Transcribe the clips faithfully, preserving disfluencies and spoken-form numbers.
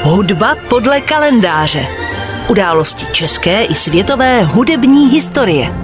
Hudba podle kalendáře. Události české i světové hudební historie.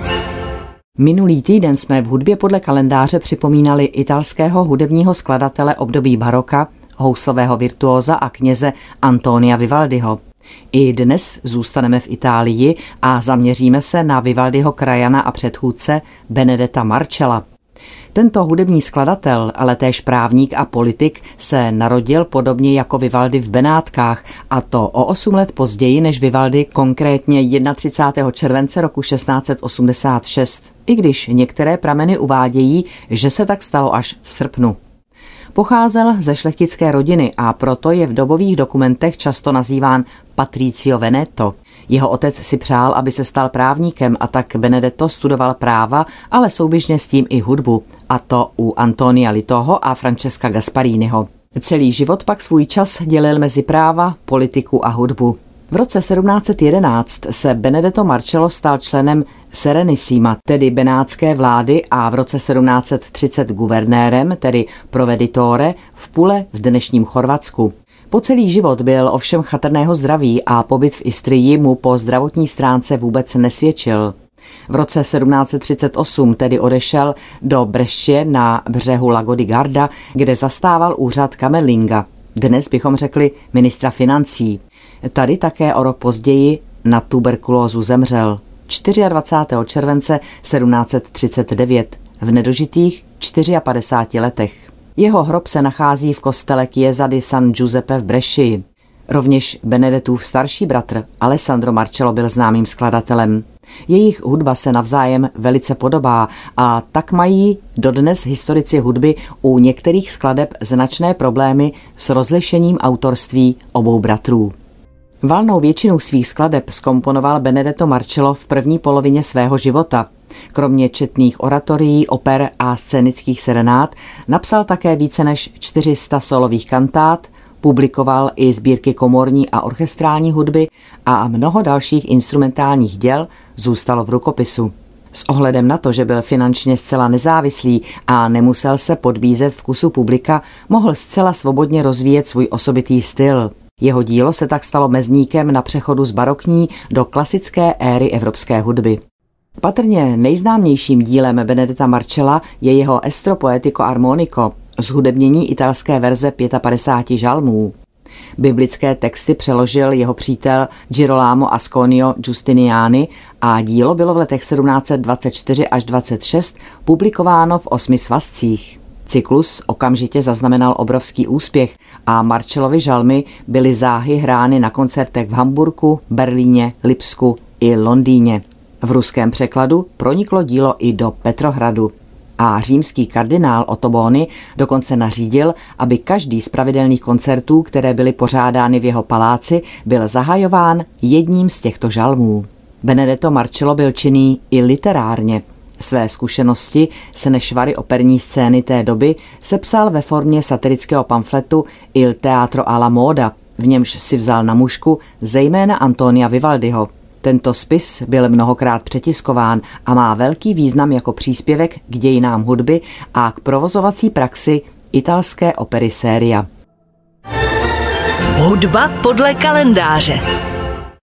Minulý týden jsme v Hudbě podle kalendáře připomínali italského hudebního skladatele období baroka, houslového virtuóza a kněze Antonia Vivaldiho. I dnes zůstaneme v Itálii a zaměříme se na Vivaldiho krajana a předchůdce Benedetta Marcella. Tento hudební skladatel, ale též právník a politik, se narodil podobně jako Vivaldi v Benátkách, a to o osm let později než Vivaldi, konkrétně třicátého prvního července roku šestnáct set osmdesát šest, i když některé prameny uvádějí, že se tak stalo až v srpnu. Pocházel ze šlechtické rodiny a proto je v dobových dokumentech často nazýván Patricio Veneto. Jeho otec si přál, aby se stal právníkem, a tak Benedetto studoval práva, ale souběžně s tím i hudbu, a to u Antonia Litoho a Francesca Gaspariniho. Celý život pak svůj čas dělil mezi práva, politiku a hudbu. V roce sedmnáct set jedenáct se Benedetto Marcello stal členem Serenissima, tedy benátské vlády, a v roce sedmnáct set třicet guvernérem, tedy proveditore, v Pule v dnešním Chorvatsku. Po celý život byl ovšem chatrného zdraví a pobyt v Istrii mu po zdravotní stránce vůbec nesvědčil. V roce sedmnáct set třicet osm tedy odešel do Brescia na břehu Lago di Garda, kde zastával úřad camerlinga. Dnes bychom řekli ministra financí. Tady také o rok později na tuberkulózu zemřel dvacátého čtvrtého července sedmnáct set třicet devět v nedožitých padesát čtyřech letech. Jeho hrob se nachází v kostele Chiesa di San Giuseppe v Brescii. Rovněž Benedettův starší bratr Alessandro Marcello byl známým skladatelem. Jejich hudba se navzájem velice podobá a tak mají dodnes historici hudby u některých skladeb značné problémy s rozlišením autorství obou bratrů. Valnou většinu svých skladeb zkomponoval Benedetto Marcello v první polovině svého života. Kromě četných oratorií, oper a scénických serenád napsal také více než čtyři sta solových kantát, publikoval i sbírky komorní a orchestrální hudby a mnoho dalších instrumentálních děl zůstalo v rukopisu. S ohledem na to, že byl finančně zcela nezávislý a nemusel se podbízet vkusu publika, mohl zcela svobodně rozvíjet svůj osobitý styl. Jeho dílo se tak stalo mezníkem na přechodu z barokní do klasické éry evropské hudby. Patrně nejznámějším dílem Benedetta Marcella je jeho Estro poetico armonico, zhudebnění italské verze padesát pět žalmů. Biblické texty přeložil jeho přítel Girolamo Asconio Giustiniani a dílo bylo v letech sedmnáct set dvacet čtyři až dvacet šest publikováno v osmi svazcích. Cyklus okamžitě zaznamenal obrovský úspěch a Marcellovy žalmy byly záhy hrány na koncertech v Hamburku, Berlíně, Lipsku i Londýně. V ruském překladu proniklo dílo i do Petrohradu a římský kardinál Ottoboni dokonce nařídil, aby každý z pravidelných koncertů, které byly pořádány v jeho paláci, byl zahajován jedním z těchto žalmů. Benedetto Marcello byl činný i literárně. Své zkušenosti se nešvary operní scény té doby sepsal ve formě satirického pamfletu Il teatro alla moda, v němž si vzal na mušku zejména Antonia Vivaldiho. Tento spis byl mnohokrát přetiskován a má velký význam jako příspěvek k dějinám hudby a k provozovací praxi italské opery séria. Hudba podle kalendáře.